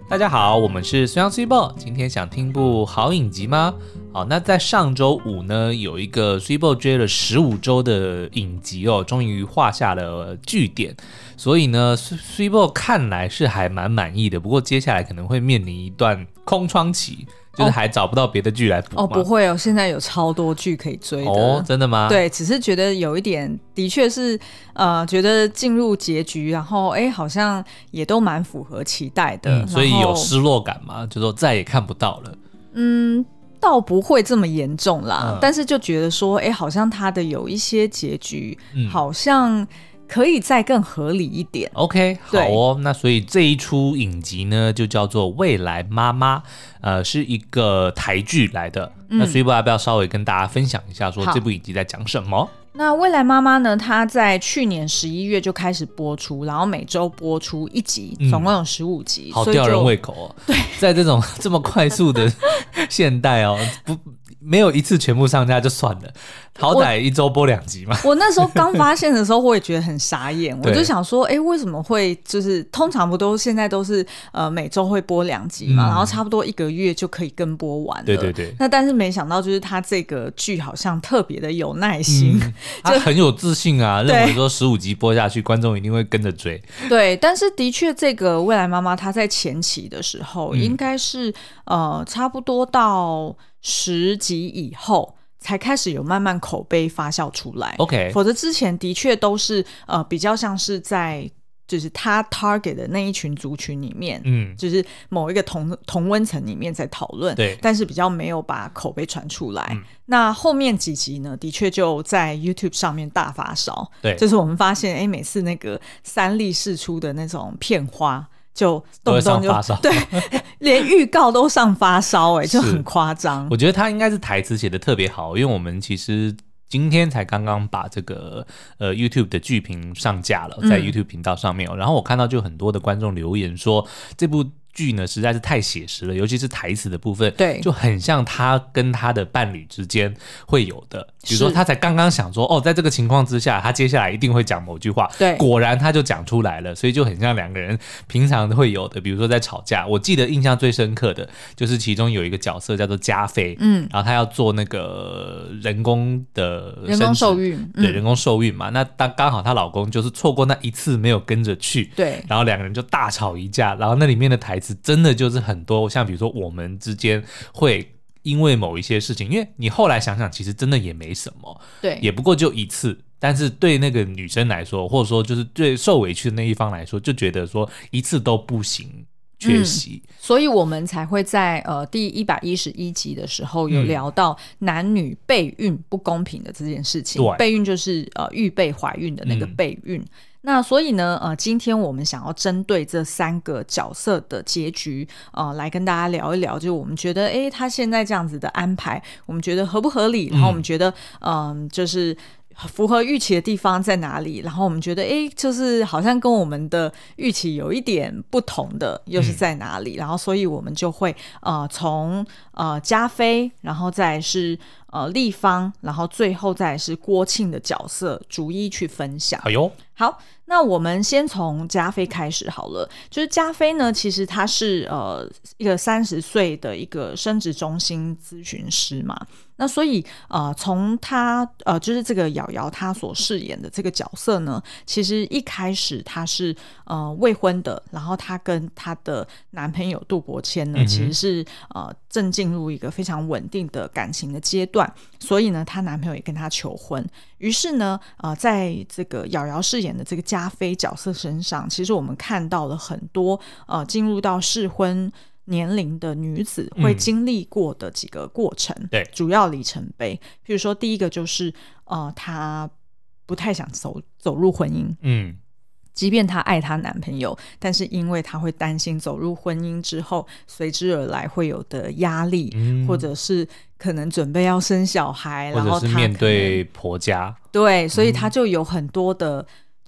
大家好，我们是孙杨 Sweetball， 今天想听部好影集吗？好，那在上周五呢，有一个 Sweetball 追了15周的影集哦，终于画下了句点，所以呢 Sweetball 看来是还蛮满意的，不过接下来可能会面临一段空窗期。就是还找不到别的剧来补吗？ 不会哦，现在有超多剧可以追的。 哦，真的吗？ 对，只是觉得有一点，的确是觉得进入结局，然后好像也都蛮符合期待的， 所以有失落感嘛，就说再也看不到了。 倒不会这么严重啦，但是就觉得说，好像它的有一些结局，好像可以再更合理一点。 OK， 好哦，那所以这一出影集呢，就叫做《未来妈妈》，是一个台剧来的。那所以要不要稍微跟大家分享一下，说这部影集在讲什么？ 那未来妈妈呢，它在去年11月就开始播出，然后每周播出一集，总共有15集， 好吊人胃口哦。对，在这种这么快速的现代哦，没有一次全部上架就算了，好歹一周播2集嘛。 我那时候刚发现的时候，我也觉得很傻眼，我就想说，为什么会就是通常不都现在都是每周会播2集嘛，然后差不多1个月就可以跟播完了。 对对对。 那但是没想到，就是他这个剧好像特别的有耐心， 他很有自信啊，认为说15集播下去，观众一定会跟着追。 对，但是的确，这个未来妈妈她在前期的时候，应该是差不多到10集以后才开始有慢慢口碑发酵出来。 OK， 否则之前的确都是比较像是在就是他 target 的那一群族群里面，就是某一个同温层里面在讨论， 对， 但是比较没有把口碑传出来。那后面几集呢，的确就在 YouTube 上面大发烧。 对， 就是我们发现，每次那个3立释出的那种片花，就动不动就发烧， 对，连预告都上发烧，就很夸张。 我觉得他应该是台词写的特别好，因为我们其实今天才刚刚把这个YouTube 的剧评上架了，在 YouTube 频道上面然后我看到就很多的观众留言说这部剧呢实在是太写实了，尤其是台词的部分， 对， 就很像他跟他的伴侣之间会有的。比如说他才刚刚想说在这个情况之下他接下来一定会讲某句话， 对， 果然他就讲出来了，所以就很像两个人平常会有的。比如说在吵架，我记得印象最深刻的就是其中有一个角色叫做加菲，然后他要做那个人工受孕，对，人工受孕嘛。那刚好她老公就是错过那一次没有跟着去， 对， 然后两个人就大吵一架，然后那里面的台词真的就是很多，像比如说我们之间会因为某一些事情，因为你后来想想其实真的也没什么， 对， 也不过就一次，但是对那个女生来说，或者说就是对受委屈的那一方来说，就觉得说一次都不行，缺席， 所以我们才会在第111集的时候有聊到男女备孕不公平的这件事情。备孕就是预备怀孕的那个备孕。那所以呢，今天我们想要针对这3个角色的结局，来跟大家聊一聊，就我们觉得，他现在这样子的安排，我们觉得合不合理？然后我们觉得，就是符合预期的地方在哪里？然后我们觉得，就是好像跟我们的预期有一点不同的，又是在哪里？然后，所以我们就会从加菲，然后再来是立方，然后最后再来是郭庆的角色，逐一去分享。 哎呦， 好，那我们先从加菲开始好了。就是加菲呢，其实他是一个30岁的一个生殖中心咨询师嘛。那所以从他就是这个瑶瑶她所饰演的这个角色呢，其实一开始她是未婚的，然后她跟她的男朋友杜伯谦呢，其实是正进入一个非常稳定的感情的阶段，所以呢她男朋友也跟她求婚。于是呢在这个瑶瑶饰演的这个加菲角色身上，其实我们看到了很多进入到适婚年龄的女子会经历过的几个过程， 对， 主要里程碑。譬如说第一个就是她不太想走入婚姻，即便她爱她男朋友，但是因为她会担心走入婚姻之后随之而来会有的压力，或者是可能准备要生小孩， 或者是面对婆家， 对，所以她就有很多的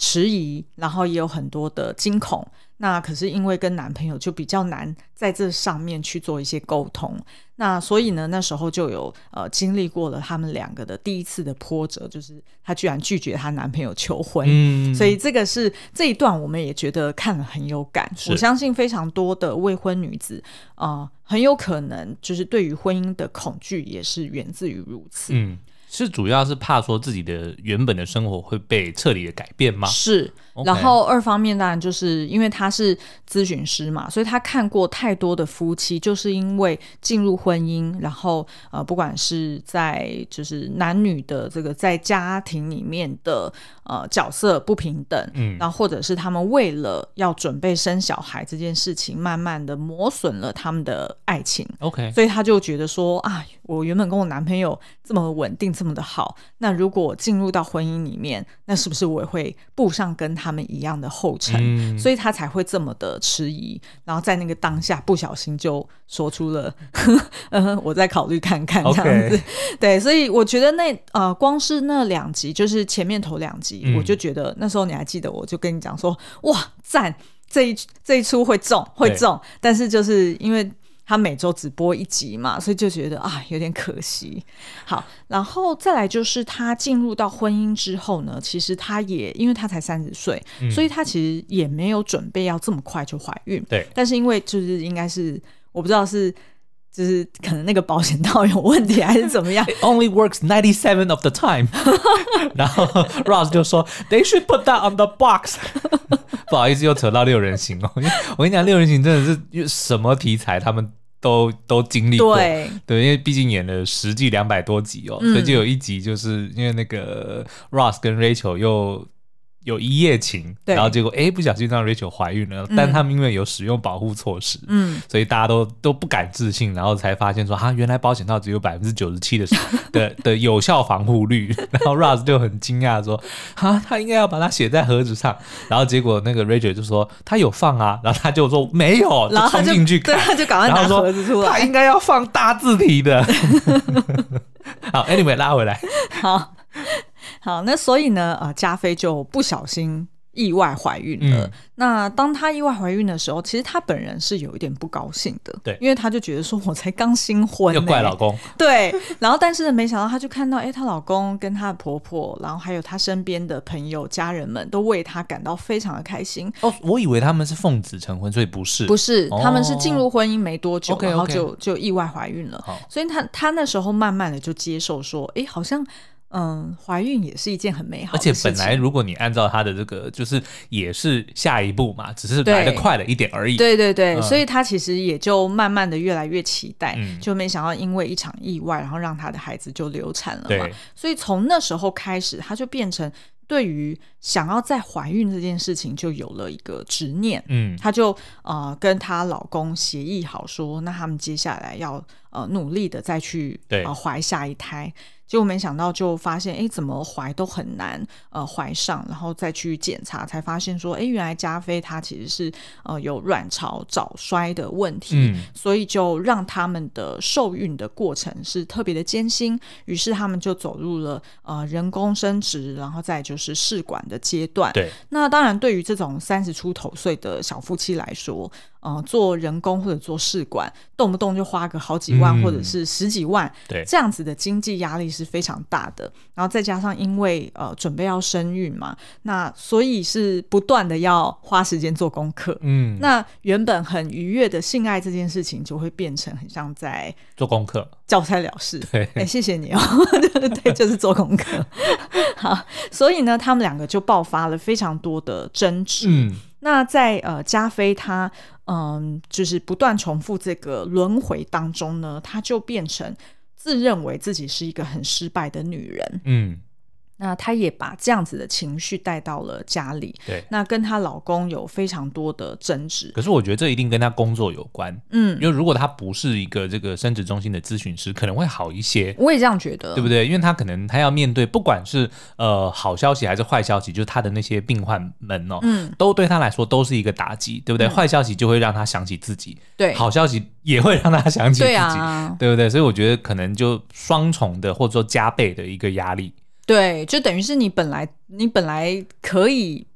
迟疑，然后也有很多的惊恐。那可是因为跟男朋友就比较难在这上面去做一些沟通，那所以呢那时候就有经历过了他们两个的第一次的波折，就是她居然拒绝她男朋友求婚。所以这一段我们也觉得看了很有感。我相信非常多的未婚女子很有可能就是对于婚姻的恐惧也是源自于如此。 是主要是怕说自己的原本的生活会被彻底的改变吗？ 是，然后二方面当然就是因为他是咨询师嘛，所以他看过太多的夫妻就是因为进入婚姻，然后不管是在就是男女的这个在家庭里面的角色不平等，然后或者是他们为了要准备生小孩这件事情慢慢的磨损了他们的爱情。所以他就觉得说啊，我原本跟我男朋友这么稳定这么的好，那如果进入到婚姻里面，那是不是我也会步上跟他们一样的后尘？所以他才会这么的迟疑，然后在那个当下不小心就说出了我再考虑看看这样子。对，所以我觉得光是那2集，就是前面头2集，我就觉得那时候你还记得，我就跟你讲说哇赞，这一出会中，但是就是因为他每周只播1集嘛，所以就觉得有点可惜。好，然后再来就是他进入到婚姻之后呢，其实他也因为他才30岁，所以他其实也没有准备要这么快就怀孕。对，但是因为就是应该是我不知道是就是可能那个保险套有问题还是怎么样 It only works 97% of the time 然后 Ross 就说 They should put that on the box 不好意思又扯到6人行因为我跟你讲6人行真的是什么题材他们都经历过。对，因为毕竟演了10季200多集所以就有一集就是因为那个 Ross 跟 Rachel 又有一夜情，然后结果不小心让 Rachel 怀孕了，但他们因为有使用保护措施，所以大家都不敢置信，然后才发现说原来保险套只有 97% 的有效防护率然后 Ross 就很惊讶说他应该要把它写在盒子上，然后结果那个 Rachel 就说他有放然后他就说没有， 然后就冲进去看， 对，他就赶快拿盒子出来， 他应该要放大字体的好 anyway 拉回来。 好，那所以呢加菲就不小心意外怀孕了。那当她意外怀孕的时候，其实她本人是有一点不高兴的。对，因为她就觉得说我才刚新婚又怪老公。 对，然后但是没想到她就看到她老公跟她的婆婆，然后还有她身边的朋友家人们都为她感到非常的开心。 我以为他们是奉子成婚，所以不是他们是进入婚姻没多久然后就意外怀孕了。所以她那时候慢慢的就接受说好像怀孕也是一件很美好的事情， 而且本来如果你按照他的这个就是也是下一步嘛，只是来得快了一点而已。 对、所以他其实也就慢慢的越来越期待，就没想到因为一场意外然后让他的孩子就流产了嘛。所以从那时候开始他就变成对于想要再怀孕这件事情就有了一个执念。他就跟她老公协议好说，那他们接下来要努力的再去怀下一胎。结果没想到就发现怎么怀都很难怀上，然后再去检查才发现说原来加菲她其实是有卵巢早衰的问题。所以就让他们的受孕的过程是特别的艰辛，于是他们就走入了人工生殖，然后再就是试管的阶段。对，那当然对于这种30出头岁的小夫妻来说做人工或者做试管动不动就花个好几万或者是10几万，这样子的经济压力是非常大的。然后再加上因为准备要生育嘛，那所以是不断的要花时间做功课。那原本很愉悦的性爱这件事情就会变成很像在做功课， 交差了事。对，谢谢你对，就是做功课好，所以呢他们两个就爆发了非常多的争执。那在加菲她就是不断重复这个轮回当中呢，她就变成自认为自己是一个很失败的女人。那她也把这样子的情绪带到了家里。对，那跟她老公有非常多的争执。 可是我觉得这一定跟她工作有关。因为如果她不是一个这个生殖中心的咨询师，可能会好一些。 我也这样觉得， 对不对？因为她可能她要面对不管是好消息还是坏消息，就是她的那些病患们都对她来说都是一个打击，对不对？坏消息就会让她想起自己，对，好消息也会让她想起自己，对不对？所以我觉得可能就双重的或者说加倍的一个压力。 对，就等于是你本来可以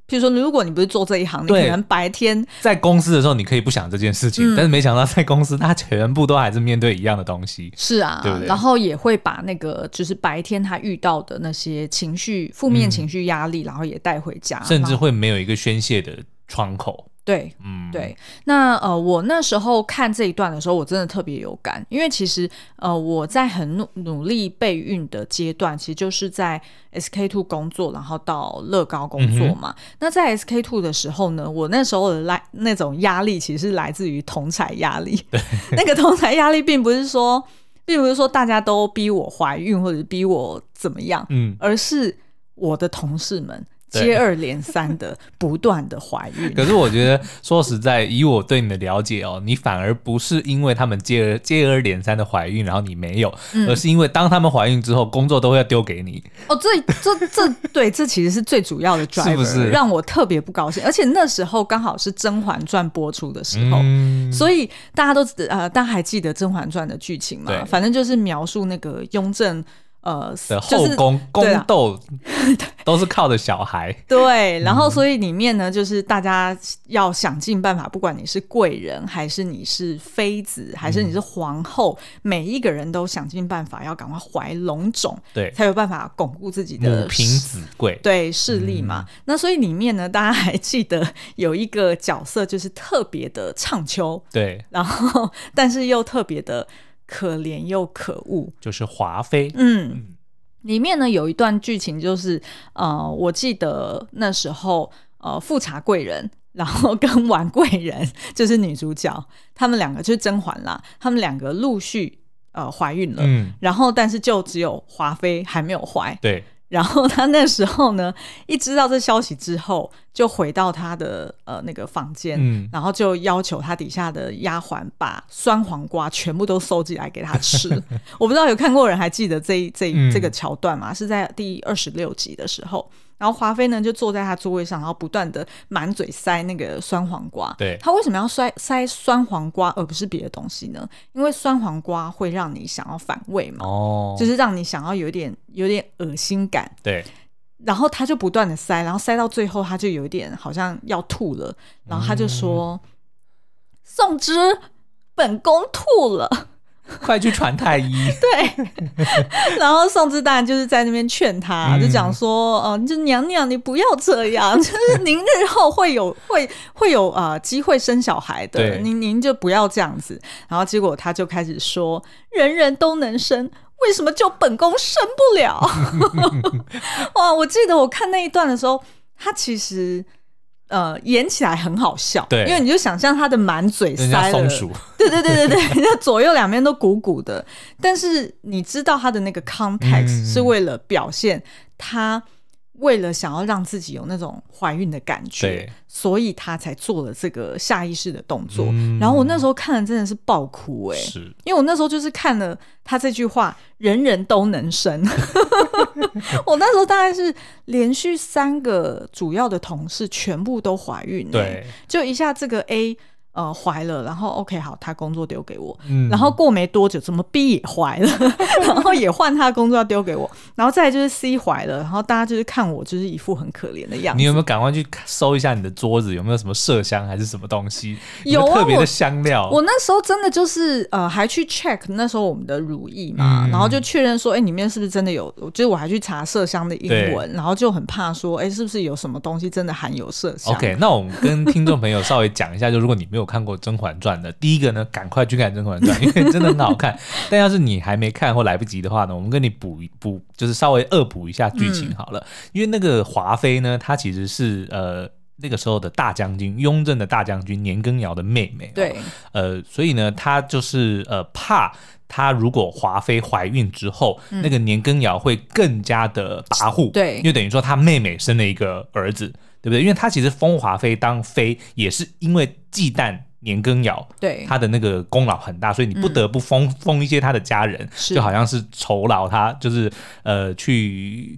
譬如说如果你不是做这一行，你可能白天在公司的时候你可以不想这件事情，但是没想到在公司他全部都还是面对一样的东西。 是啊，对不对？然后也会把那个就是白天他遇到的那些情绪负面情绪压力，然后也带回家， 甚至会没有一个宣泄的窗口。 对，对。那我那时候看这一段的时候，我真的特别有感，因为其实我在很努力备孕的阶段，其实就是在 SK2 工作，然后到乐高工作嘛。那在 SK2 的时候呢，我那时候的那种压力，其实是来自于同侪压力。那个同侪压力并不是说大家都逼我怀孕或者是逼我怎么样，而是我的同事们接二连三的不断的怀孕。 可是我觉得说实在，以我对你的了解你反而不是因为他们接二连三的怀孕然后你没有，而是因为当他们怀孕之后工作都会要丢给你。 对，这其实是最主要的 driver， 是不是让我特别不高兴？而且那时候刚好是《甄嬛传》播出的时候，所以大家还记得《甄嬛传》的剧情吗？反正就是描述那个雍正的后宫宫斗都是靠着小孩。 对，然后所以里面呢，就是大家要想尽办法，不管你是贵人还是你是妃子还是你是皇后，每一个人都想尽办法要赶快怀龙种，对，才有办法巩固自己的母凭子贵， 对，势力嘛。那所以里面呢，大家还记得有一个角色就是特别的唱秋，对，然后但是又特别的可怜又可恶， 就是华妃。 里面呢有一段剧情就是我记得那时候富察贵人然后跟婉贵人就是女主角，他们两个就是甄嬛啦，他们两个陆续怀孕了，然后但是就只有华妃还没有怀。对，然后他那时候呢一知道这消息之后，就回到他的那个房间，然后就要求他底下的丫鬟把酸黄瓜全部都收集来给他吃。我不知道有看过人还记得这个桥段吗？是在第26集的时候，然后华妃呢就坐在他座位上，然后不断的满嘴塞那个酸黄瓜。对，他为什么要塞酸黄瓜而不是别的东西呢？因为酸黄瓜会让你想要反胃嘛，就是让你想要有点恶心感。对，然后他就不断的塞，然后塞到最后他就有点好像要吐了，然后他就说宋之本宫吐了， 快去传太医。 对，然后宋之当然就是在那边劝他，就讲说就娘娘你不要这样，就是您日后会有机会生小孩的，您就不要这样子。然后结果他就开始说人人都能生，为什么就本宫生不了？哇，我记得我看那一段的时候，他其实演起来很好笑，对，因为你就想象他的满嘴塞了松鼠，对，那左右两边都鼓鼓的，但是你知道他的那个 context 是为了表现他为了想要让自己有那种怀孕的感觉，所以他才做了这个下意识的动作。然后我那时候看了真的是爆哭因为我那时候就是看了他这句话人人都能生。我那时候大概是连续3个主要的同事全部都怀孕，对，就一下这个 A怀了，然后 OK 好，他工作丢给我，然后过没多久怎么 B 也怀了，然后也换他工作要丢给我，然后再来就是 C 怀了，然后大家就是看我就是一副很可怜的样子。 你有没有赶快去收一下你的桌子，有没有什么麝香还是什么东西？有特别的香料。 我那时候真的就是还去 check 那时候我们的乳液嘛，然后就确认说里面是不是真的有，就是我还去查麝香的英文，然后就很怕说是不是有什么东西真的含有麝香。 OK， 那我们跟听众朋友稍微讲一下，就如果你没有看过《甄嬛传》的，第一个呢，赶快去看《甄嬛传》，因为真的很好看。但要是你还没看或来不及的话呢，我们跟你补，就是稍微恶补一下剧情好了。因为那个华妃呢，她其实是那个时候的大将军，雍正的大将军年羹尧的妹妹。对，所以呢，她就是怕她如果华妃怀孕之后，那个年羹尧会更加的跋扈。对，因为等于说她妹妹生了一个儿子。对不对？因为他其实封华妃当妃也是因为忌惮年羹尧，对他的那个功劳很大，所以你不得不封一些他的家人，就好像是酬劳他，就是去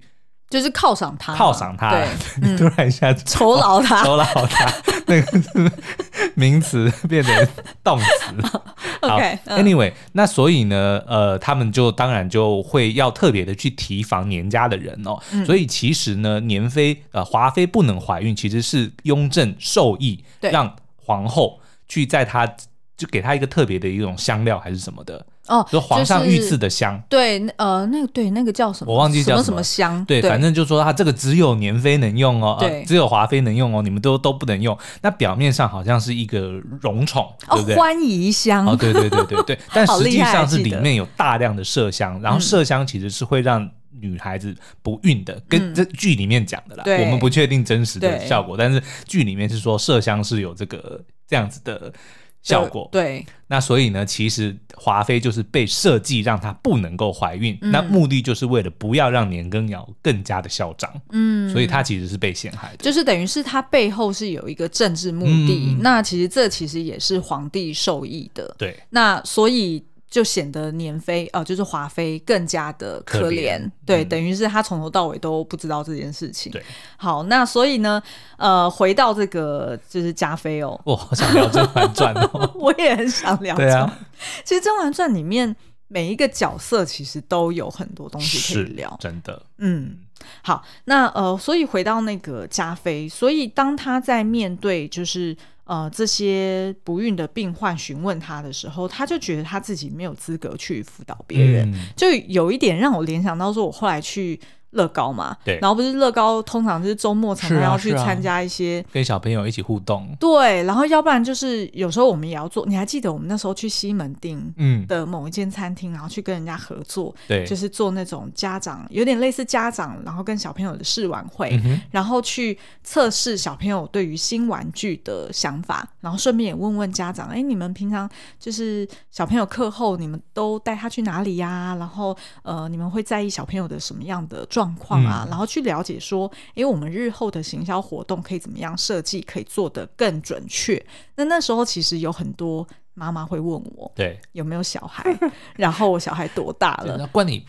就是犒赏他， 对，突然一下子酬劳他， 那个是名词变成动词。 OK， anyway， 那所以呢，他们就当然就会要特别的去提防年家的人哦。所以其实呢，华妃不能怀孕，其实是雍正授意让皇后去就给她一个特别的一种香料还是什么的。就皇上御赐的香， 对，那个叫什么？ 我忘记叫什么香。 对，反正就说它这个只有年妃能用哦，只有华妃能用哦，你们都不能用。那表面上好像是一个荣宠，对不对？ 欢宜香。 对，但实际上是里面有大量的麝香，然后麝香其实是会让女孩子不孕的，跟这剧里面讲的啦，我们不确定真实的效果，但是剧里面是说麝香是有这样子的效果。 对， 那所以呢，其实华妃就是被设计让她不能够怀孕，那目的就是为了不要让年羹尧更加的嚣张。所以她其实是被陷害的， 就是等于是她背后是有一个政治目的。那这其实也是皇帝授意的。 对， 那所以就显得年妃就是华妃更加的可怜。对，等于是她从头到尾都不知道这件事情。 对， 好，那所以呢，回到这个就是嘉妃哦， 我好想聊《甄嬛传》哦， 我也很想聊。 对啊， 其实《甄嬛传》里面每一个角色其实都有很多东西可以聊， 真的。 好，那所以回到那个嘉妃，所以当她在面对就是这些不孕的病患询问他的时候，他就觉得他自己没有资格去辅导别人，就有一点让我联想到说，我后来去乐高嘛， 对， 然后不是乐高通常就是周末常常要去参加一些跟小朋友一起互动， 对，然后要不然就是有时候我们也要做。你还记得我们那时候去西门町的某一间餐厅，然后去跟人家合作， 对， 就是做那种家长有点类似家长然后跟小朋友的试玩会，然后去测试小朋友对于新玩具的想法，然后顺便也问问家长，你们平常就是小朋友课后你们都带他去哪里呀？然后你们会在意小朋友的什么样的状况啊？然后去了解说我们日后的行销活动可以怎么样设计，可以做得更准确。那时候其实有很多妈妈会问我，对，有没有小孩，然后我小孩多大了， 关你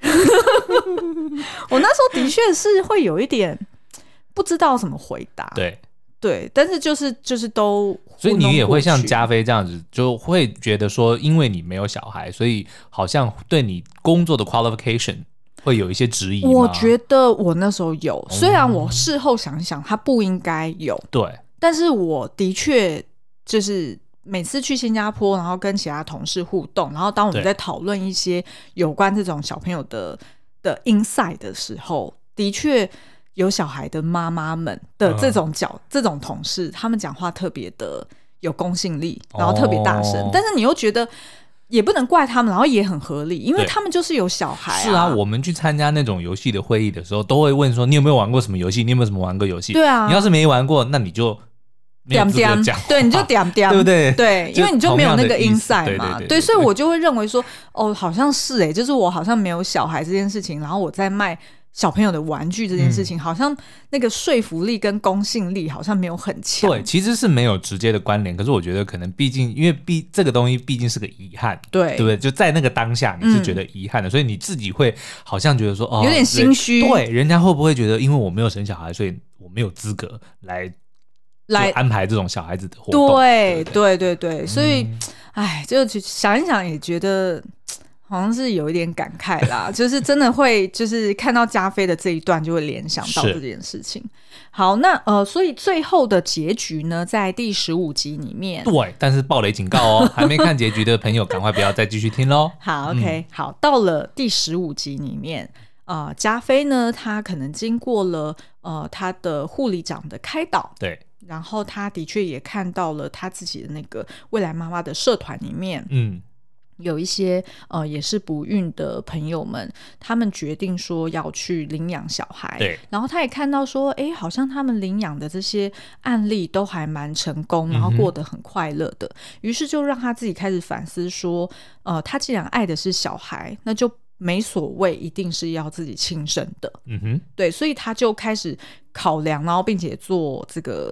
我那时候的确是会有一点不知道怎么回答，对，但是就是都， 所以你也会像嘉妃这样子，就会觉得说，因为你没有小孩，所以好像对你工作的 qualification 会有一些质疑吗？ 我觉得我那时候有，虽然我事后想想他不应该有， 对，但是我的确就是每次去新加坡，然后跟其他同事互动，然后当我们在讨论一些有关这种小朋友的 insight 的时候，的确有小孩的妈妈们的这种同事，他们讲话特别的有公信力，然后特别大声，但是你又觉得也不能怪他们，然后也很合理，因为他们就是有小孩是啊，我们去参加那种游戏的会议的时候，都会问说你有没有玩过什么游戏，你有没有什么玩过游戏？ 对啊， 你要是没玩过，那你就没有资格讲话， 对，你就点点， 对不对？ 对，因为你就没有那个 insight 嘛，对，所以我就会认为说，好像是就是我好像没有小孩这件事情，然后我在卖小朋友的玩具这件事情，好像那个说服力跟公信力好像没有很强。 对，其实是没有直接的关联，可是我觉得可能毕竟因为这个东西毕竟是个遗憾，对不对？就在那个当下你是觉得遗憾的，所以你自己会好像觉得说有点心虚， 对，人家会不会觉得因为我没有生小孩，所以我没有资格来安排这种小孩子的活动？ 对，所以就想一想也觉得好像是有一点感慨啦，就是真的会就是看到嘉妃的这一段就会联想到这件事情。好，那所以最后的结局呢，在第15集里面， 对，但是暴雷警告哦，还没看结局的朋友赶快不要再继续听咯。 好 OK，好，到了第15集里面嘉妃呢，她可能经过了她的护理长的开导， 对， 然后她的确也看到了她自己的那个未来妈妈的社团里面有一些也是不孕的朋友们，他们决定说要去领养小孩， 对， 然后他也看到说好像他们领养的这些案例都还蛮成功，然后过得很快乐的，于是就让他自己开始反思说他既然爱的是小孩，那就没所谓一定是要自己亲生的，对，所以他就开始考量，然后并且做这个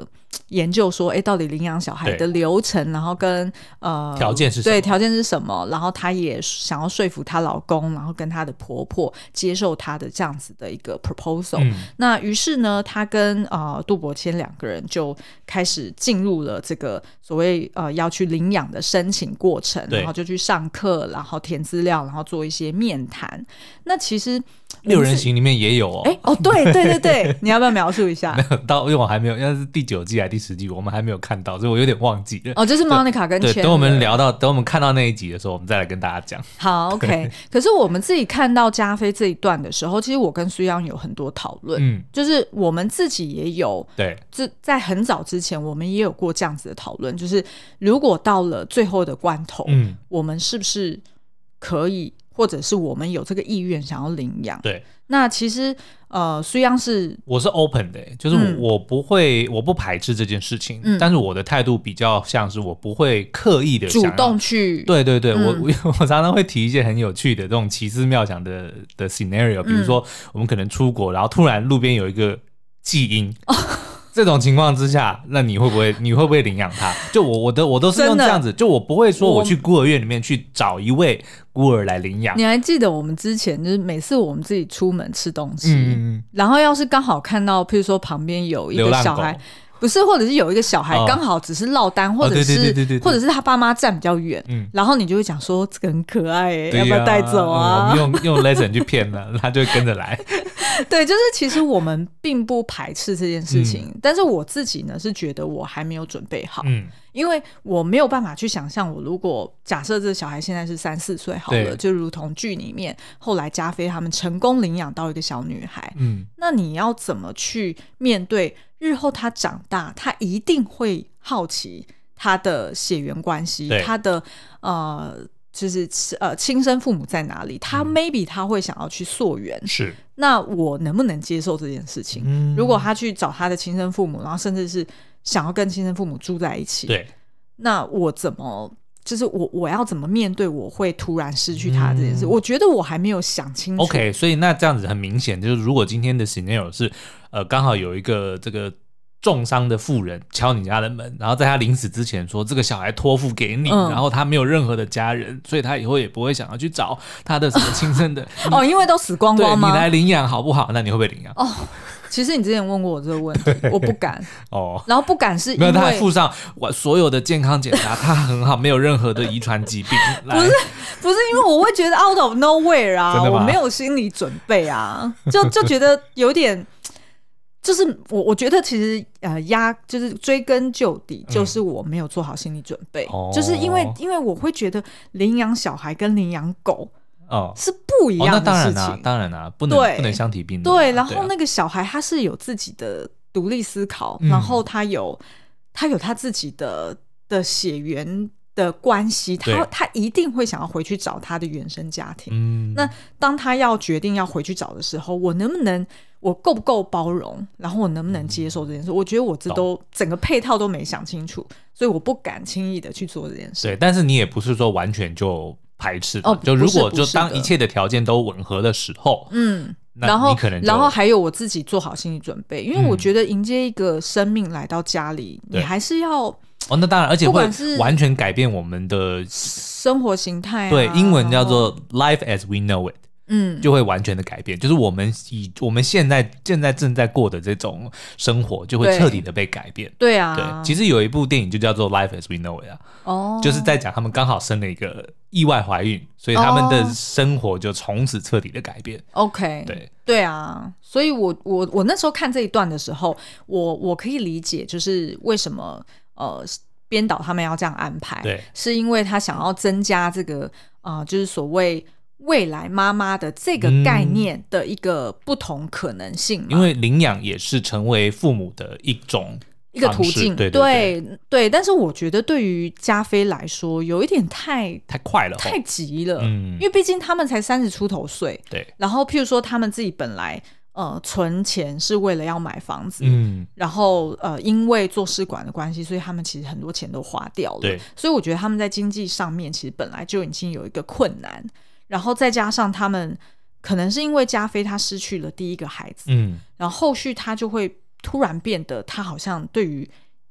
研究说到底领养小孩的流程，然后跟条件是什么， 对，条件是什么，然后她也想要说服她老公，然后跟她的婆婆接受她的这样子的一个 proposal。那于是呢，她跟杜伯谦2个人就开始进入了这个所谓要去领养的申请过程，然后就去上课，然后填资料，然后做一些面谈。那其实 6人行里面也有对，你要不要描述一下？ 没有到，因为我还没有，应该是第9季还是第10季，我们还没有看到，所以我有点忘记了。 就是 Monica 跟 Chandler。 等我们看到那一集的时候，我们再来跟大家讲。 好 ，OK。可是我们自己看到加菲这一段的时候，其实我跟苏央有很多讨论，就是我们自己也有， 对， 在很早之前我们也有过这样子的讨论，就是如果到了最后的关头，我们是不是可以，或者是我们有这个意愿想要领养？ 对， 那其实苏央我是 open 的，就是我不排斥这件事情，但是我的态度比较像是我不会刻意的主动去， 对，我常常会提一些很有趣的这种奇思妙想的 scenario， 比如说我们可能出国，然后突然路边有一个髻鹰。这种情况之下，那你会不会领养他？就我都是用这样子，就我不会说我去孤儿院里面去找一位孤儿来领养。 你还记得我们之前就是每次我们自己出门吃东西，然后要是刚好看到，譬如说旁边有一个小孩。不是，或者是有一个小孩刚好只是落单，或者是他爸妈站比较远，然后你就会讲说这个很可爱要不要带走啊？ 我们用 lesson 去骗了，他就会跟着来。 对，就是其实我们并不排斥这件事情，但是我自己呢是觉得我还没有准备好，因为我没有办法去想象，我如果假设这个小孩现在是3、4岁好了，就如同剧里面后来加菲他们成功领养到一个小女孩，那你要怎么去面对日后他长大，他一定会好奇他的血缘关系，他的就是亲生父母在哪里，他 maybe 他会想要去溯源，是，那我能不能接受这件事情？如果他去找他的亲生父母，然后甚至是想要跟亲生父母住在一起，对，那我怎么就是我要怎么面对我会突然失去他这件事？我觉得我还没有想清楚。 OK， 所以那这样子很明显就是如果今天的 scenario 是刚好有一个这个重伤的妇人敲你家的门，然后在他临死之前说这个小孩托付给你，然后他没有任何的家人，所以他以后也不会想要去找他的什么亲生的因为都死光光吗？ 对，你来领养好不好？那你会不会领养？ 其实你之前问过我这个问题，我不敢然后不敢是因为没有，他还附上所有的健康检查，他很好，没有任何的遗传疾病。 不是因为我会觉得 out of nowhere 啊，我没有心理准备啊，就觉得有点。就是我觉得其实就是追根究底，就是我没有做好心理准备，就是因为我会觉得领养小孩跟领养狗是不一样的事情， 那当然啦，不能相提并论。 对，然后那个小孩他是有自己的独立思考，然后他有他自己的血缘的关系，他一定会想要回去找他的原生家庭。那当他要决定要回去找的时候，我够不够包容，然后我能不能接受这件事？我觉得我整个配套都没想清楚，所以我不敢轻易的去做这件事。 对，但是你也不是说完全就排斥就如果就当一切的条件都吻合的时候， 然后还有我自己做好心理准备，因为我觉得迎接一个生命来到家里，你还是要那当然，而且会完全改变我们的生活形态对，英文叫做 life as we know it。就会完全的改变，就是我们现在正在过的这种生活就会彻底的被改变。 对啊， 对，其实有一部电影就叫做 Life as we know it 就是在讲他们刚好生了一个意外怀孕，所以他们的生活就从此彻底的改变。 OK， 对啊，所以我那时候看这一段的时候，我可以理解，就是为什么编导他们要这样安排，对，是因为他想要增加这个就是所谓未来妈妈的这个概念的一个不同可能性嘛， 因为领养也是成为父母的一个途径，对，但是我觉得对于加菲来说有一点太快了， 太急了，因为毕竟他们才30出头岁，对，然后譬如说他们自己本来存钱是为了要买房子，然后因为做试管的关系，所以他们其实很多钱都花掉了，对，所以我觉得他们在经济上面其实本来就已经有一个困难，然后再加上他们可能是因为加菲他失去了第一个孩子，然后后续他就会突然变得他好像对于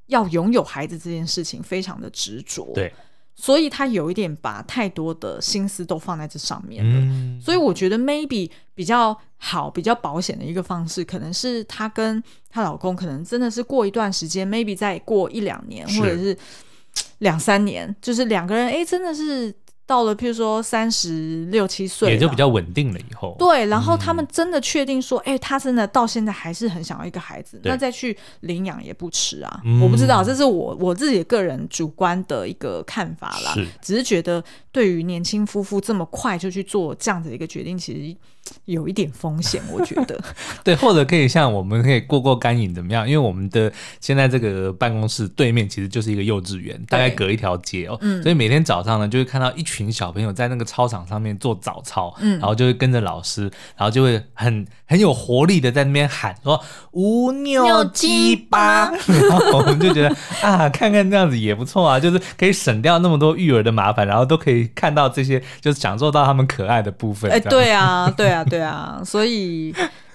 要拥有孩子这件事情非常的执着， 对， 所以他有一点把太多的心思都放在这上面了，所以我觉得 maybe 比较好比较保险的一个方式，可能是她跟她老公可能真的是过一段时间 maybe 再过1-2年或者是2-3年，就是两个人真的是到了譬如说36、7岁也就比较稳定了以后， 对，然后他们真的确定说他真的到现在还是很想要一个孩子，那再去领养也不迟啊，我不知道，这是我自己个人主观的一个看法啦，只是觉得对于年轻夫妇这么快就去做这样的一个决定，其实有一点风险，我觉得对，或者可以像我们可以过干瘾怎么样，因为我们的现在这个办公室对面其实就是一个幼稚园，大概隔一条街所以每天早上呢就会看到一群小朋友在那个操场上面做早操，然后就会跟着老师，然后就会很有活力的在那边喊说无扭鸡巴然后我们就觉得看看这样子也不错啊，就是可以省掉那么多育儿的麻烦，然后都可以看到这些，就是享受到他们可爱的部分。 对啊所以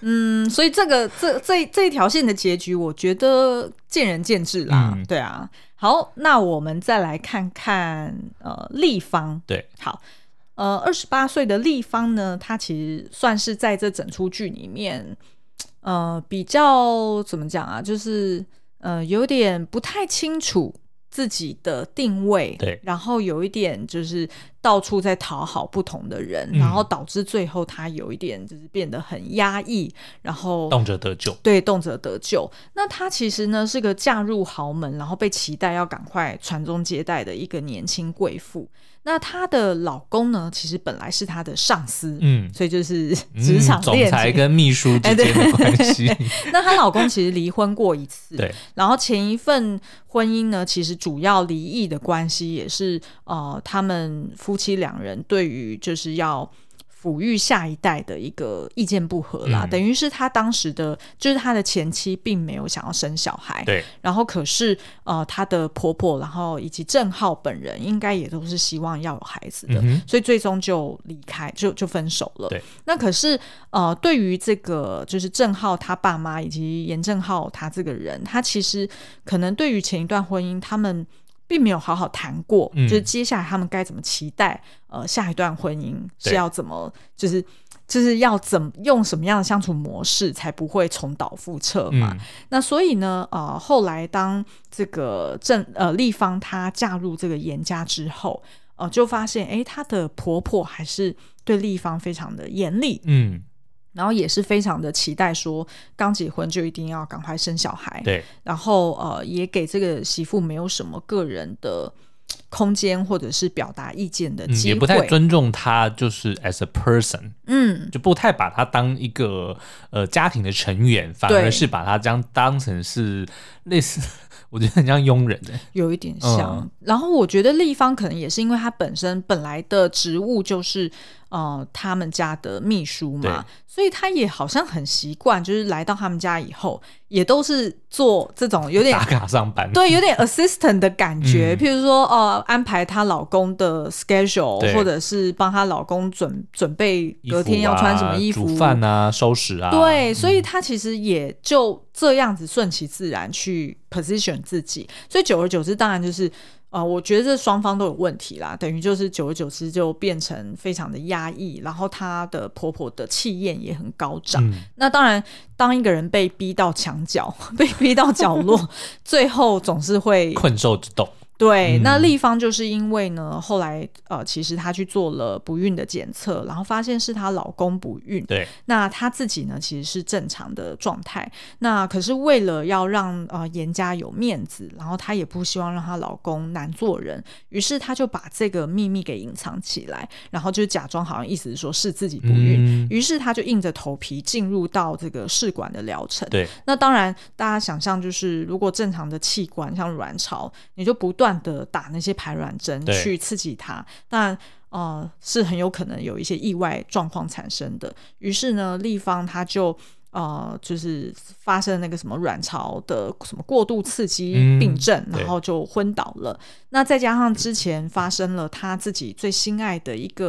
这一条线的结局我觉得见仁见智啦，对啊。好，那我们再来看看丽芳。 对， 好，28岁的丽芳呢，她其实算是在这整出剧里面比较怎么讲啊，就是有点不太清楚自己的定位， 对， 然后有一点就是到处在讨好不同的人，然后导致最后他有一点就是变得很压抑，然后动辄得咎。 对，动辄得咎。那他其实呢是个嫁入豪门，然后被期待要赶快传宗接代的一个年轻贵妇。那她的老公呢其实本来是她的上司，所以就是职场恋情， 总裁跟秘书之间的关系那她老公其实离婚过一次， 对， 然后前一份婚姻呢其实主要离异的关系也是他们夫妻两人对于就是要抚育下一代的一个意见不合啦，等于是他当时的就是他的前妻并没有想要生小孩， 对， 然后可是他的婆婆然后以及郑浩本人应该也都是希望要有孩子的，所以最终就离开就分手了。 对， 那可是对于这个就是郑浩他爸妈以及严正浩他这个人，他其实可能对于前一段婚姻他们并没有好好谈过，就是接下来他们该怎么期待下一段婚姻是要怎么就是要用什么样的相处模式才不会重蹈覆辙嘛。那所以呢后来当这个丽芳她嫁入这个严家之后就发现她的婆婆还是对丽芳非常的严厉，然后也是非常的期待说刚结婚就一定要赶快生小孩， 对， 然后也给这个媳妇没有什么个人的空间或者是表达意见的机会， 也不太尊重她就是 as a person， 就不太把她当一个家庭的成员，反而是把她当成是类似我觉得很像佣人有一点像然后我觉得丽芳可能也是因为她本来的职务就是他们家的秘书嘛，所以她也好像很习惯就是来到他们家以后也都是做这种有点打卡上班， 对，有点 assistant 的感觉，譬如说安排她老公的 schedule， 或者是帮她老公准备隔天要穿什么衣服， 煮饭啊收拾啊， 对，所以她其实也就这样子顺其自然去 position 自己，所以久而久之当然就是我觉得这双方都有问题啦，等于就是久而久之就变成非常的压抑，然后她的婆婆的气焰也很高涨，那当然当一个人被逼到墙角被逼到角落最后总是会困兽之斗， 对，那丽芳就是因为呢后来其实她去做了不孕的检测，然后发现是她老公不孕， 对， 那她自己呢其实是正常的状态，那可是为了要让严家有面子，然后她也不希望让她老公难做人，于是她就把这个秘密给隐藏起来，然后就假装好像意思是说是自己不孕，于是她就硬着头皮进入到这个试管的疗程。 对， 那当然大家想象就是如果正常的器官像卵巢，你就不断的打那些排卵针去刺激它，当然是很有可能有一些意外状况产生的。于是呢丽芳她就是发生那个什么卵巢的什么过度刺激病症，然后就昏倒了。那再加上之前发生了她自己最心爱的一个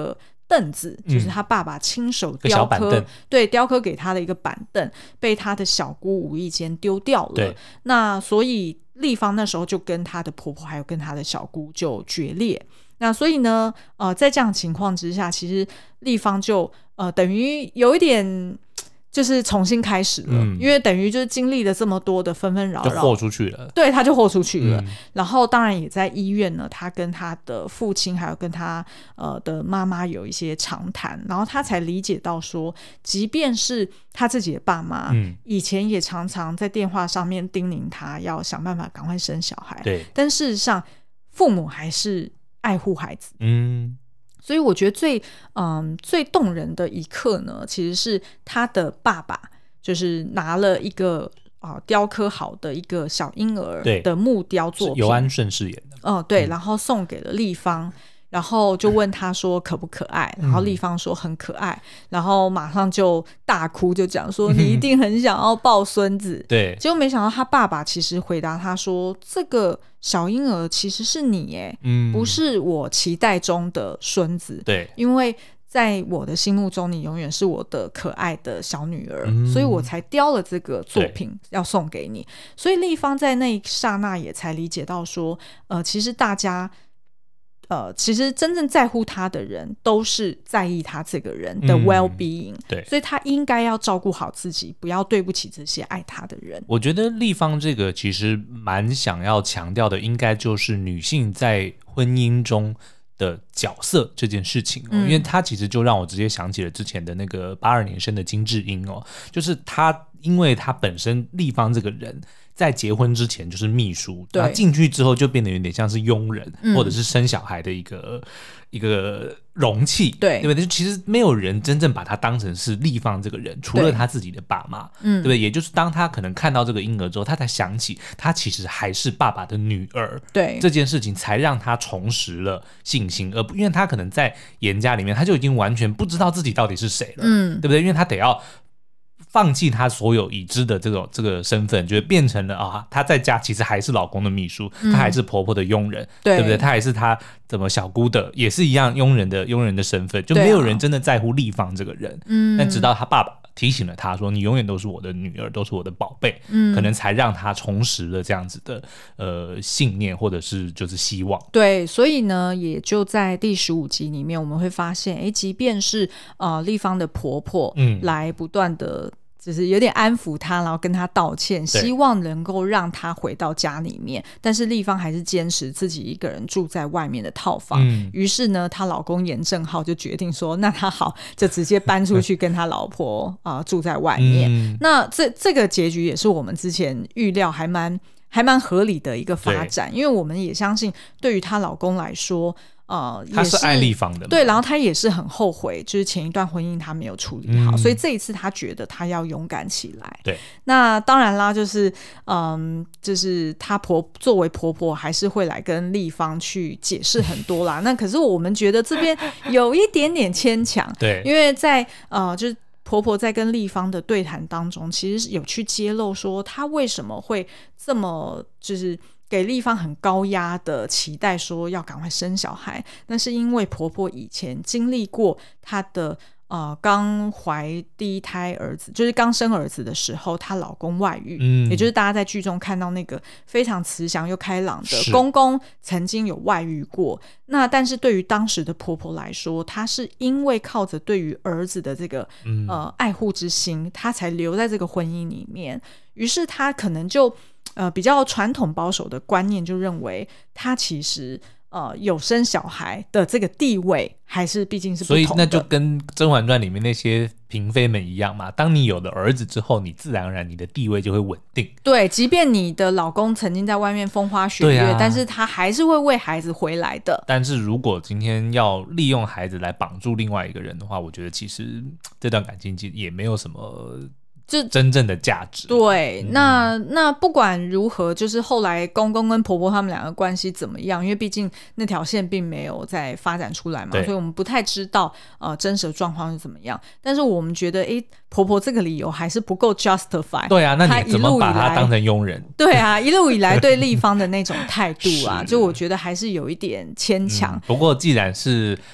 凳子，就是他爸爸亲手雕刻，对，雕刻给他的一个板凳，被他的小姑无意间丢掉了。那所以丽芳那时候就跟她的婆婆还有跟她的小姑就决裂。那所以呢在这样的情况之下，其实丽芳就等于有一点就是重新开始了，因为等于就是经历了这么多的纷纷扰扰， 就豁出去了。 对，他就豁出去了。然后当然也在医院呢，他跟他的父亲还有跟他的妈妈有一些长谈，然后他才理解到说，即便是他自己的爸妈，以前也常常在电话上面叮咛他要想办法赶快生小孩， 对， 但事实上父母还是爱护孩子。所以我觉得最动人的一刻呢，其实是他的爸爸就是拿了一个雕刻好的一个小婴儿的木雕作品， 尤安顺饰演的。 对，然后送给了丽芳，然后就问他说可不可爱，然后丽芳说很可爱，然后马上就大哭，就讲说你一定很想要抱孙子。 对， 结果没想到他爸爸其实回答他说，这个小婴儿其实是你耶，不是我期待中的孙子。 对， 因为在我的心目中你永远是我的可爱的小女儿，所以我才雕了这个作品要送给你。所以丽芳在那一刹那也才理解到说其实大家其实真正在乎他的人都是在意他这个人的 well-being， 对， 所以他应该要照顾好自己，不要对不起这些爱他的人。 我觉得丽芳这个其实蛮想要强调的，应该就是女性在婚姻中的角色这件事情因为她其实就让我直接想起了之前的那个82年生的金智英就是她因为她本身丽芳这个人在结婚之前就是秘书，然后进去之后就变得有点像是佣人或者是生小孩的一个容器，对不对？其实没有人真正把她当成是丽芳这个人，除了她自己的爸妈，对不对？也就是当她可能看到这个婴儿之后，她才想起她其实还是爸爸的女儿，对这件事情才让她重拾了信心，而不因为她可能在严家里面，她就已经完全不知道自己到底是谁了，对不对？因为她得要放弃她所有已知的这个身份，就变成了她在家其实还是老公的秘书，她还是婆婆的佣人，对不对？她还是她怎么小姑的，也是一样佣人的身份，就没有人真的在乎丽芳这个人。但直到她爸爸提醒了她说，你永远都是我的女儿，都是我的宝贝，可能才让她重拾了这样子的信念或者是就是希望。对，所以呢也就在第15集里面我们会发现即便是丽芳的婆婆来不断的就是有点安抚她，然后跟她道歉，希望能够让她回到家里面，但是丽芳还是坚持自己一个人住在外面的套房。于是呢她老公严正浩就决定说，那他好就直接搬出去跟他老婆住在外面。那这个结局也是我们之前预料还蛮合理的一个发展，因为我们也相信对于她老公来说他是爱丽芳的嘛，对，然后他也是很后悔，就是前一段婚姻他没有处理好，所以这一次他觉得他要勇敢起来。对，那当然啦，就是就是他作为婆婆还是会来跟丽芳去解释很多啦。那可是我们觉得这边有一点点牵强，对，因为在就是婆婆在跟丽芳的对谈当中，其实有去揭露说她为什么会这么就是给丽芳很高压的期待说要赶快生小孩，那是因为婆婆以前经历过她的刚怀第一胎儿子，就是刚生儿子的时候她老公外遇，也就是大家在剧中看到那个非常慈祥又开朗的公公曾经有外遇过。那但是对于当时的婆婆来说，她是因为靠着对于儿子的这个爱护之心，她才留在这个婚姻里面，于是她可能就比较传统保守的观念就认为她其实有生小孩的这个地位还是毕竟是不同的，所以那就跟《甄嬛传》里面那些嫔妃们一样嘛，当你有了儿子之后，你自然而然你的地位就会稳定。对，即便你的老公曾经在外面风花雪月，但是他还是会为孩子回来的。但是如果今天要利用孩子来绑住另外一个人的话，我觉得其实这段感情也没有什么就真正的价值。对，那不管如何，就是后来公公跟婆婆他们两个关系怎么样，因为毕竟那条线并没有再发展出来嘛，所以我们不太知道真实的状况是怎么样。但是我们觉得婆婆这个理由还是不够 justify。 对啊，那你怎么把她当成佣人？对啊，一路以来对丽芳的那种态度啊就我觉得还是有一点牵强。不过既然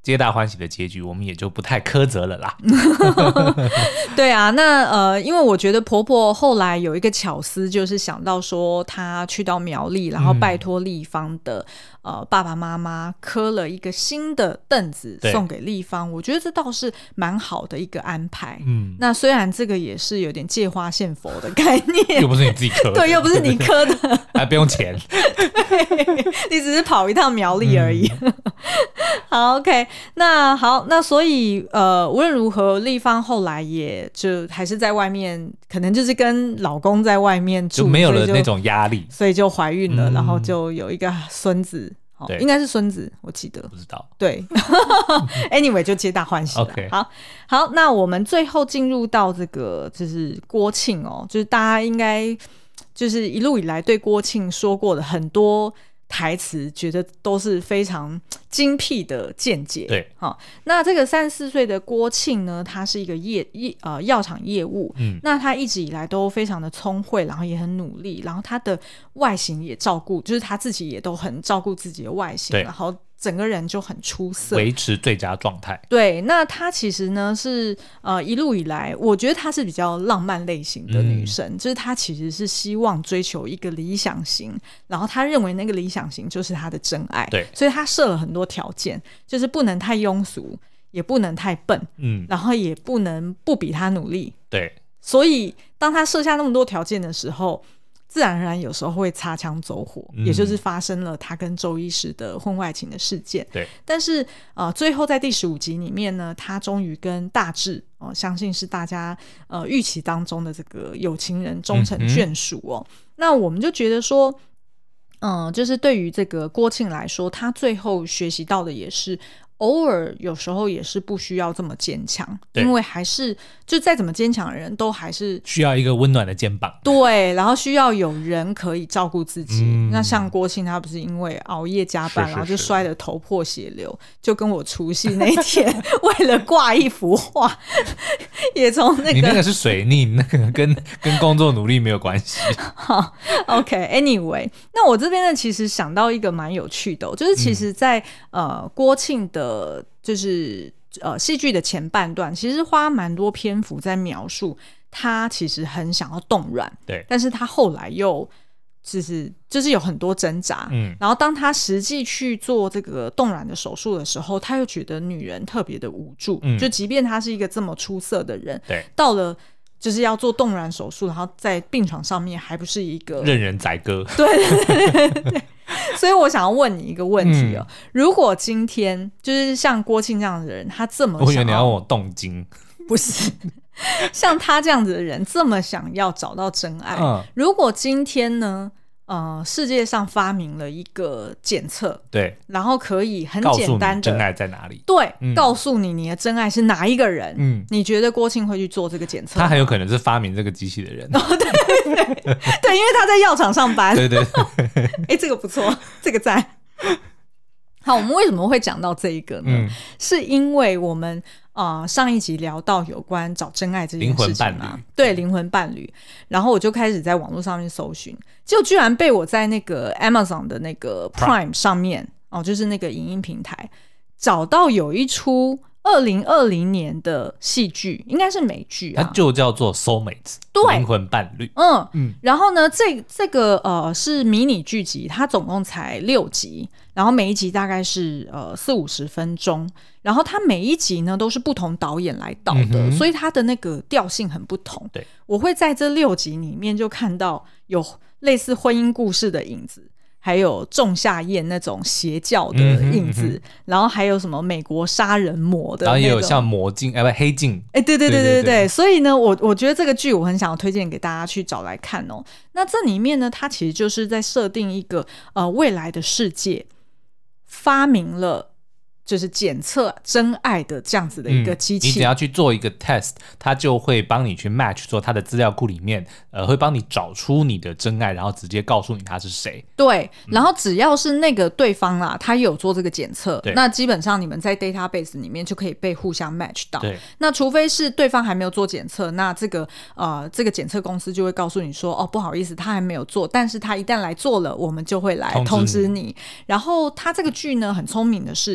皆大欢喜的结局，我们也就不太苛责了啦。 对啊，那因为我觉得婆婆后来有一个巧思，就是想到说她去到苗栗，然后拜托立方的爸爸妈妈刻了一个新的凳子送给立方，我觉得这倒是蛮好的一个安排。那虽然这个也是有点借花献佛的概念， 又不是你自己刻的， 对，又不是你刻的， 还不用钱， 你只是跑一趟苗栗而已。好 ，OK， 那所以无论如何，立方后来也就还是在外面，可能就是跟老公在外面住， 就没有了那种压力， 所以就怀孕了，然后就有一个孙子。应该是孙子，我记得不知道。 对，anyway 就皆大欢喜了。 Okay. 好，那我们最后进入到这个就是郭庆就是大家应该就是一路以来对郭庆说过的很多台词，觉得都是非常精辟的见解。 对， 那这个34岁的郭庆呢，他是一个药厂业务，那他一直以来都非常的聪慧，然后也很努力，然后他的外形也照顾，就是他自己也都很照顾自己的外形，然后整个人就很出色， 维持最佳状态。 对，那她其实呢是一路以来，我觉得她是比较浪漫类型的女生，就是她其实是希望追求一个理想型，然后她认为那个理想型就是她的真爱， 对， 所以她设了很多条件，就是不能太庸俗，也不能太笨，然后也不能不比她努力， 对， 所以当她设下那么多条件的时候，自然而然有时候会擦枪走火，也就是发生了他跟周医师的婚外情的事件。对，但是最后在第15集里面呢，他终于跟大志相信是大家预期当中的这个有情人终成眷属那我们就觉得说就是对于这个郭庆来说，他最后学习到的也是偶尔有时候也是不需要这么坚强，因为还是就再怎么坚强的人都还是需要一个温暖的肩膀， 对，然后需要有人可以照顾自己。那像郭庆他不是因为熬夜加班，然后就摔得头破血流，就跟我除夕那天为了挂一幅画也从那个你那个是水逆，那个跟工作努力没有关系。 好 OK，anyway， 那我这边呢其实想到一个蛮有趣的就是其实在郭庆的就是戏剧的前半段其实花蛮多篇幅在描述他其实很想要冻卵， 对， 但是他后来又就是有很多挣扎，然后当他实际去做这个冻卵的手术的时候，他又觉得女人特别的无助，就即便他是一个这么出色的人， 对， 到了就是要做冻卵手术，然后在病床上面还不是一个任人宰割， 对所以我想要问你一个问题如果今天就是像郭庆这样的人，他这么想要， 我以为你要问我动经， 不是像他这样子的人这么想要找到真爱，如果今天呢世界上发明了一个检测， 对， 然后可以很简单的真爱在哪里， 对，告诉你的真爱是哪一个人，你觉得郭庆会去做这个检测？ 他很有可能是发明这个机器的人， 对，因为他在药厂上班， 对这个不错，这个赞。好，我们为什么会讲到这一个呢？是因为我们上一集聊到有关找真爱这件事情嘛，对，灵魂伴侣，然后我就开始在网络上面搜寻，结果居然被我在那个 Amazon 的那个 Prime 上面就是那个影音平台找到有一出2020年的戏剧，应该是美剧它就叫做 Soulmates， 灵魂伴侣。 然后呢，这个是迷你剧集，它总共才6集，然后每一集大概是40-50分钟，然后它每一集呢都是不同导演来导的，所以它的那个调性很不同。 对， 我会在这6集里面就看到有类似婚姻故事的影子，还有仲夏夜那种邪教的影子，然后还有什么美国杀人魔的那种， 然后也有像魔镜黑镜， 对，所以呢我觉得这个剧我很想要推荐给大家去找来看那这里面呢，它其实就是在设定一个未来的世界发明了就是检测真爱的这样子的一个机器， 你只要去做一个 test， 它就会帮你去 match 做它的资料库里面会帮你找出你的真爱，然后直接告诉你他是谁。对， 然后只要是那个对方啦，他有做这个检测，那基本上你们在 database 里面就可以被互相 match 到。对，那除非是对方还没有做检测，那这个检测公司就会告诉你说不好意思，他还没有做，但是他一旦来做了，我们就会来通知你。然后他这个剧呢很聪明的是，他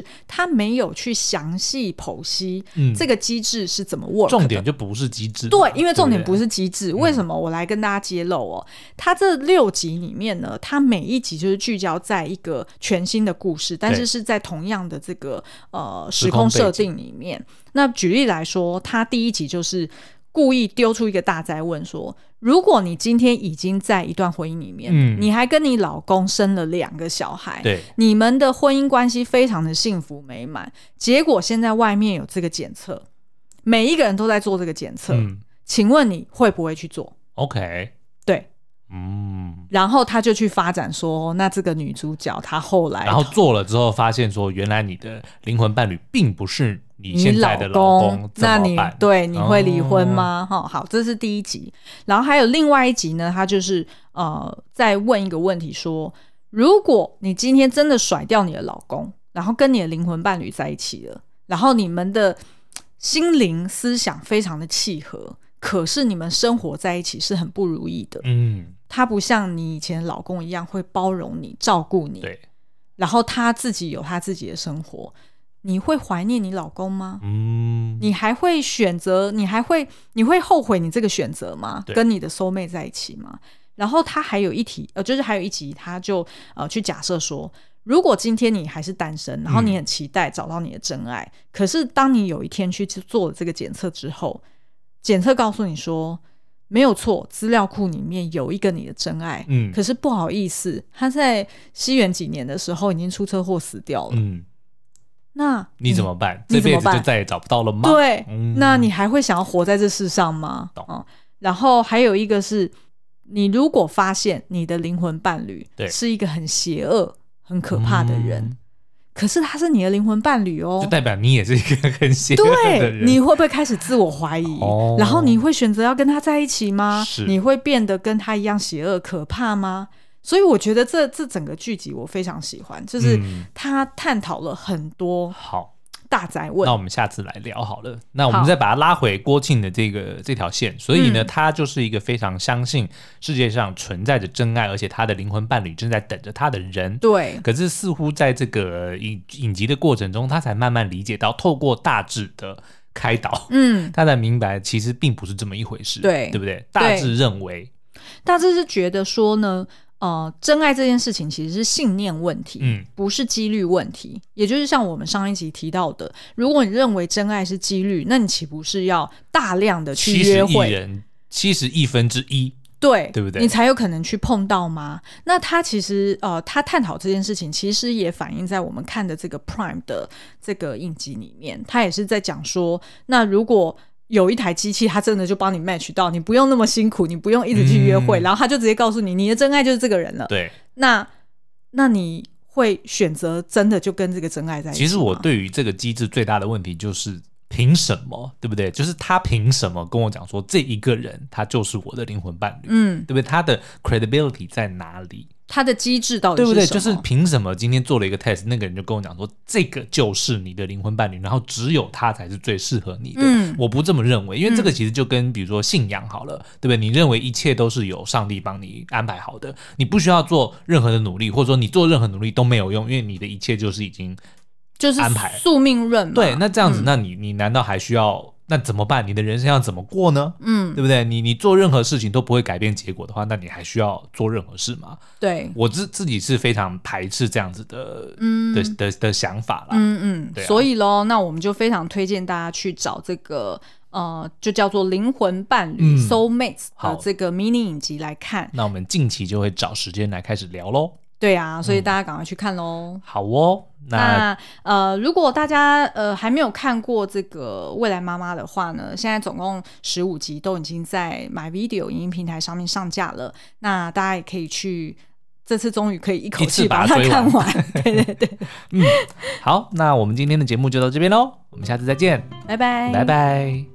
他没有去详细剖析这个机制是怎么 work 的， 重点就不是机制， 对，因为重点不是机制，为什么？我来跟大家揭露哦。他这6集里面呢，他每一集就是聚焦在一个全新的故事，但是是在同样的这个时空设定里面。那举例来说，他第1集就是故意丢出一个大哉问说，如果你今天已经在一段婚姻里面，你还跟你老公生了2个小孩， 对， 你们的婚姻关系非常的幸福美满，结果现在外面有这个检测，每一个人都在做这个检测，请问你会不会去做 ？OK， 对，然后他就去发展说，那这个女主角她后来然后做了之后发现说，原来你的灵魂伴侣并不是你现在的老公， 那你对你会离婚吗？好，这是第1集。然后还有另外1集呢，他就是再问一个问题说，如果你今天真的甩掉你的老公，然后跟你的灵魂伴侣在一起了，然后你们的心灵思想非常的契合，可是你们生活在一起是很不如意的，他不像你以前老公一样会包容你照顾你， 对， 然后他自己有他自己的生活，你会怀念你老公吗？你还会选择，你会后悔你这个选择吗？跟你的 soul mate 在一起吗？然后他还有一题就是还有1集他就去假设说，如果今天你还是单身，然后你很期待找到你的真爱，可是当你有一天去做了这个检测之后，检测告诉你说没有错，资料库里面有一个你的真爱，可是不好意思，他在西元几年的时候已经出车祸死掉了，那你怎么办？这辈子就再也找不到了吗？ 对，那你还会想要活在这世上吗？然后还有一个是，你如果发现你的灵魂伴侣是一个很邪恶很可怕的人，可是他是你的灵魂伴侣哦， 就代表你也是一个很邪恶的人， 对，你会不会开始自我怀疑？然后你会选择要跟他在一起吗？你会变得跟他一样邪恶可怕吗？所以我觉得这整个剧集我非常喜欢，就是他探讨了很多大哉问。 那我们下次来聊好了。那我们再把它拉回郭庆的这条线，所以呢，他就是一个非常相信世界上存在着真爱，而且他的灵魂伴侣正在等着他的人。 对。 可是似乎在这个影集的过程中，他才慢慢理解到，透过大致的开导，他才明白其实并不是这么一回事，对不对？大致认为， 大致是觉得说呢。真爱这件事情其实是信念问题，不是几率问题。也就是像我们上一集提到的，如果你认为真爱是几率，那你岂不是要大量的去约会？70亿人 ，70亿分之一， 对不对？ 你才有可能去碰到吗？那他其实他探讨这件事情，其实也反映在我们看的这个 Prime 的这个影集里面，他也是在讲说，那如果有一台机器，它真的就帮你 match 到，你不用那么辛苦，你不用一直去约会，然后他就直接告诉你，你的真爱就是这个人了。 对， 那你会选择真的就跟这个真爱在一起吗？ 其实我对于这个机制最大的问题就是凭什么，对不对？就是他凭什么跟我讲说这一个人他就是我的灵魂伴侣？对不对？他的 credibility 在哪里？ 他的机制到底是什么？ 对不对？就是凭什么今天做了一个 test， 那个人就跟我讲说这个就是你的灵魂伴侣，然后只有他才是最适合你的。我不这么认为，因为这个其实就跟比如说信仰好了，对不对？你认为一切都是有上帝帮你安排好的，你不需要做任何的努力，或者说你做任何努力都没有用，因为你的一切就是已经安排宿命论嘛。 对，那这样子，那你难道还需要？那怎么办？你的人生要怎么过呢？对不对？你做任何事情都不会改变结果的话，那你还需要做任何事吗？ 对， 我自己是非常排斥这样子的想法啦。对啊， 所以咯，那我们就非常推荐大家去找这个就叫做灵魂伴侣 Soul Mates 的这个迷你影集来看。 那我们近期就会找时间来开始聊咯。 对啊，所以大家赶快去看咯。 好哦。 那如果大家还没有看过这个未来妈妈的话呢，现在总共15集都已经在 MyVideo 影音平台上面上架了，那大家也可以去，这次终于可以一口气把它看完。对对对。 好，那我们今天的节目就到这边咯，我们下次再见， 拜拜， 拜拜。